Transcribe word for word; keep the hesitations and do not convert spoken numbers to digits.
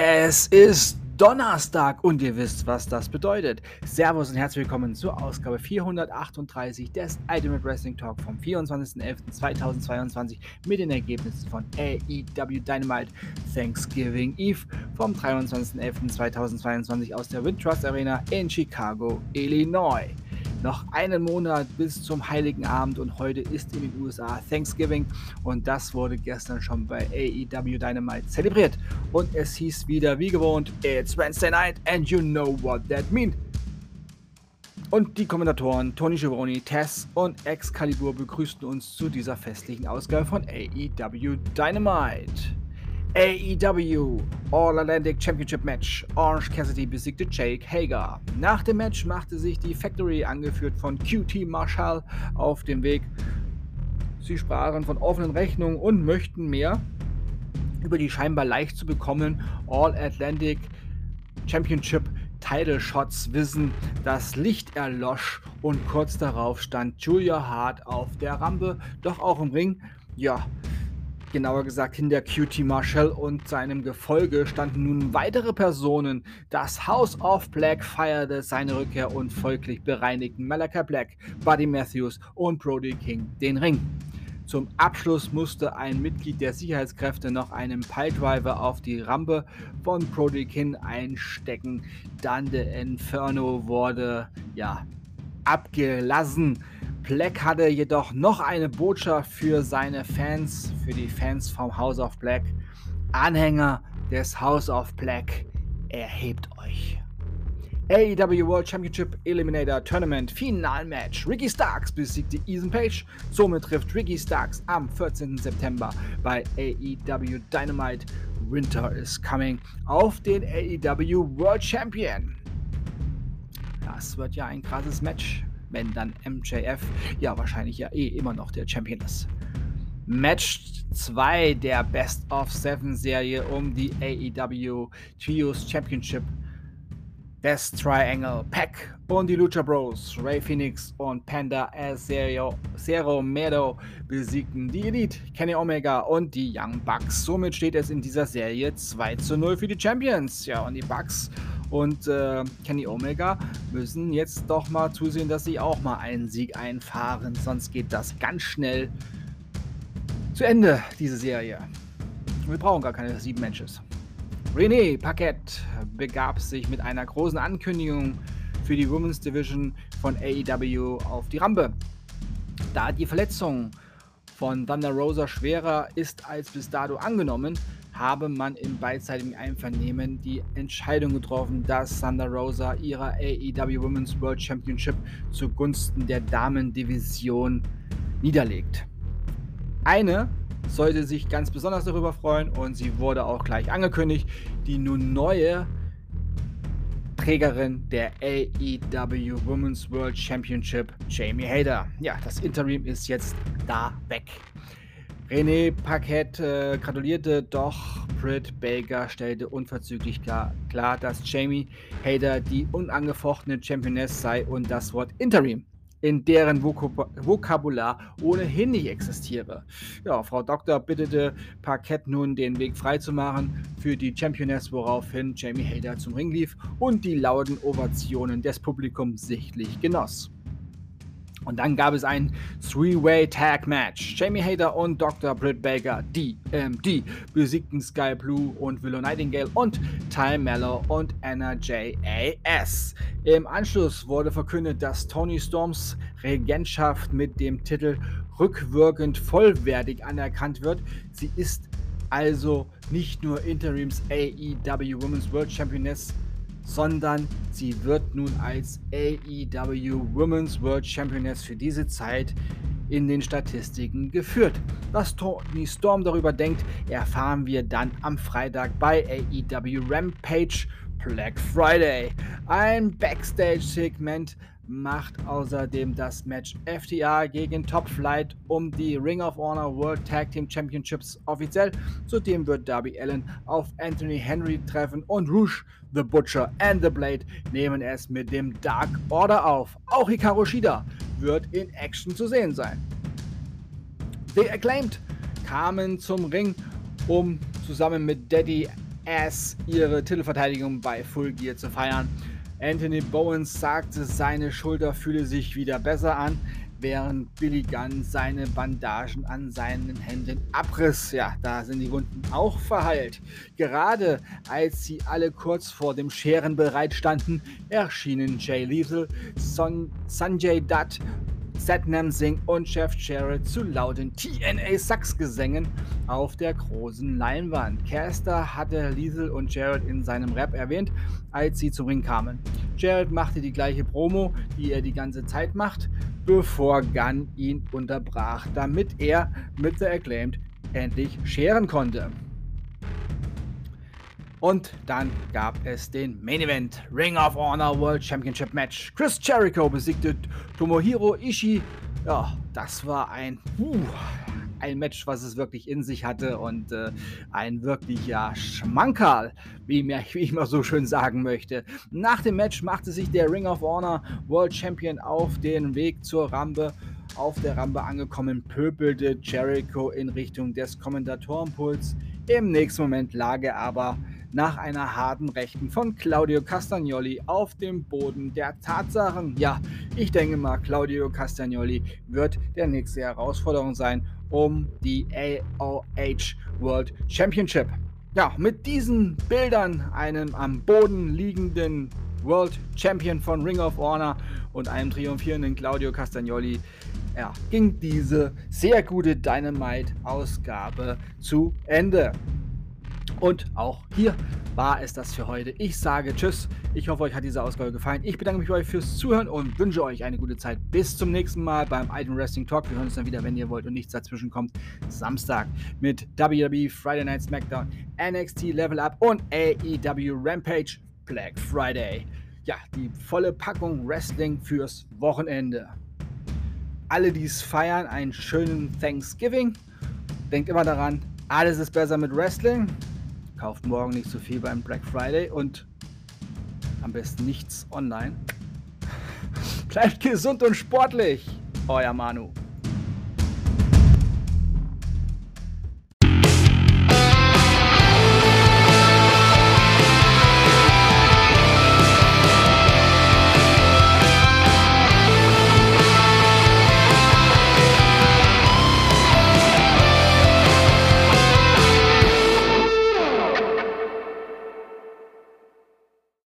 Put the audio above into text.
Es ist Donnerstag und ihr wisst, was das bedeutet. Servus und herzlich willkommen zur Ausgabe vierhundertachtunddreißig des Ultimate Wrestling Talk vom vierundzwanzigsten elften zweitausendzweiundzwanzig mit den Ergebnissen von A E W Dynamite Thanksgiving Eve vom dreiundzwanzigsten elften zweitausendzweiundzwanzig aus der Wintrust Arena in Chicago, Illinois. Noch einen Monat bis zum Heiligen Abend und heute ist in den U S A Thanksgiving und das wurde gestern schon bei A E W Dynamite zelebriert. Und es hieß wieder wie gewohnt, it's Wednesday night and you know what that means. Und die Kommentatoren Tony Schiavone, Tess und Excalibur begrüßten uns zu dieser festlichen Ausgabe von A E W Dynamite. A E W All-Atlantic Championship Match. Orange Cassidy besiegte Jake Hager. Nach dem Match machte sich die Factory, angeführt von Q T Marshall, auf den Weg. Sie sprachen von offenen Rechnungen und möchten mehr über die scheinbar leicht zu bekommenen All-Atlantic Championship Title Shots wissen. Das Licht erlosch und kurz darauf stand Julia Hart auf der Rampe, doch auch im Ring, ja, genauer gesagt hinter Q T Marshall und seinem Gefolge standen nun weitere Personen. Das House of Black feierte seine Rückkehr und folglich bereinigten Malachi Black, Buddy Matthews und Brody King den Ring. Zum Abschluss musste ein Mitglied der Sicherheitskräfte noch einen Piledriver auf die Rampe von Brody King einstecken. Dante Inferno wurde ja abgelassen. Black hatte jedoch noch eine Botschaft für seine Fans, für die Fans vom House of Black. Anhänger des House of Black, erhebt euch. A E W World Championship Eliminator Tournament Finalmatch. Ricky Starks besiegte Ethan Page. Somit trifft Ricky Starks am vierzehnten September bei A E W Dynamite Winter is Coming auf den A E W World Champion. Das wird ja ein krasses Match, wenn dann M J F ja wahrscheinlich ja eh immer noch der Champion ist. Match zwei der Best of Seven Serie um die A E W Trios Championship. Death Triangle, Pac und die Lucha Bros, Ray Phoenix und Panda Zero, Zero Miedo besiegten die Elite, Kenny Omega und die Young Bucks. Somit steht es in dieser Serie zwei zu null für die Champions. Ja, und die Bucks und äh, Kenny Omega müssen jetzt doch mal zusehen, dass sie auch mal einen Sieg einfahren. Sonst geht das ganz schnell zu Ende, diese Serie. Wir brauchen gar keine sieben Matches. Renee Paquette begab sich mit einer großen Ankündigung für die Women's Division von A E W auf die Rampe. Da die Verletzung von Thunder Rosa schwerer ist als bis dato angenommen, habe man im beidseitigen Einvernehmen die Entscheidung getroffen, dass Thunder Rosa ihrer A E W Women's World Championship zugunsten der Damendivision niederlegt. Eine sollte sich ganz besonders darüber freuen und sie wurde auch gleich angekündigt, die nun neue Trägerin der A E W Women's World Championship, Jamie Hayter. Ja, das Interim ist jetzt da weg. Renee Paquette äh, gratulierte, doch Britt Baker stellte unverzüglich klar, klar, dass Jamie Hayter die unangefochtene Championess sei und das Wort Interim in deren Vokab- Vokabular ohnehin nicht existiere. Ja, Frau Doktor bittete Paquette nun den Weg freizumachen für die Championess, woraufhin Jamie Hayter zum Ring lief und die lauten Ovationen des Publikums sichtlich genoss. Und dann gab es ein Three-Way-Tag-Match. Jamie Hayter und Doktor Britt Baker, D M D, besiegten Sky Blue und Willow Nightingale und Ty Mello und Anna J A S. Im Anschluss wurde verkündet, dass Toni Storms Regentschaft mit dem Titel rückwirkend vollwertig anerkannt wird. Sie ist also nicht nur Interims A E W Women's World Championess, sondern sie wird nun als A E W Women's World Championess für diese Zeit in den Statistiken geführt. Was Toni Storm darüber denkt, erfahren wir dann am Freitag bei A E W Rampage Black Friday. Ein Backstage-Segment macht außerdem das Match F T R gegen Top Flight um die Ring of Honor World Tag Team Championships offiziell. Zudem wird Darby Allin auf Anthony Henry treffen und Rouge, The Butcher and The Blade nehmen es mit dem Dark Order auf. Auch Hikaru Shida wird in Action zu sehen sein. The Acclaimed kamen zum Ring, um zusammen mit Daddy Ass ihre Titelverteidigung bei Full Gear zu feiern. Anthony Bowens sagte, seine Schulter fühle sich wieder besser an, während Billy Gunn seine Bandagen an seinen Händen abriss. Ja, da sind die Wunden auch verheilt. Gerade als sie alle kurz vor dem Scheren bereit standen, erschienen Jay Lethal, Son Sanjay Dutt, Satnam Singh und Jeff Jarrett zu lauten T N A-Sax-Gesängen auf der großen Leinwand. Caster hatte Lethal und Jarrett in seinem Rap erwähnt, als sie zum Ring kamen. Jarrett machte die gleiche Promo, die er die ganze Zeit macht, bevor Gunn ihn unterbrach, damit er mit The Acclaimed endlich scheren konnte. Und dann gab es den Main Event, Ring of Honor World Championship Match. Chris Jericho besiegte Tomohiro Ishii. Ja, das war ein, uh, ein Match, was es wirklich in sich hatte und äh, ein wirklicher Schmankerl, wie, mir, wie ich mal so schön sagen möchte. Nach dem Match machte sich der Ring of Honor World Champion auf den Weg zur Rampe. Auf der Rampe angekommen, pöbelte Jericho in Richtung des Kommentatorenpuls. Im nächsten Moment lag er aber nach einer harten Rechten von Claudio Castagnoli auf dem Boden der Tatsachen. Ja, ich denke mal, Claudio Castagnoli wird der nächste Herausforderung sein um die A O H World Championship. Ja, mit diesen Bildern, einem am Boden liegenden World Champion von Ring of Honor und einem triumphierenden Claudio Castagnoli, ja, ging diese sehr gute Dynamite-Ausgabe zu Ende. Und auch hier war es das für heute. Ich sage Tschüss. Ich hoffe, euch hat diese Ausgabe gefallen. Ich bedanke mich bei euch fürs Zuhören und wünsche euch eine gute Zeit. Bis zum nächsten Mal beim Idol Wrestling Talk. Wir hören uns dann wieder, wenn ihr wollt und nichts dazwischen kommt. Samstag mit W W E Friday Night SmackDown, N X T Level Up und A E W Rampage Black Friday. Ja, die volle Packung Wrestling fürs Wochenende. Alle, die es feiern, einen schönen Thanksgiving. Denkt immer daran, alles ist besser mit Wrestling. Kauft morgen nicht so viel beim Black Friday und am besten nichts online. Bleibt gesund und sportlich. Euer Manu.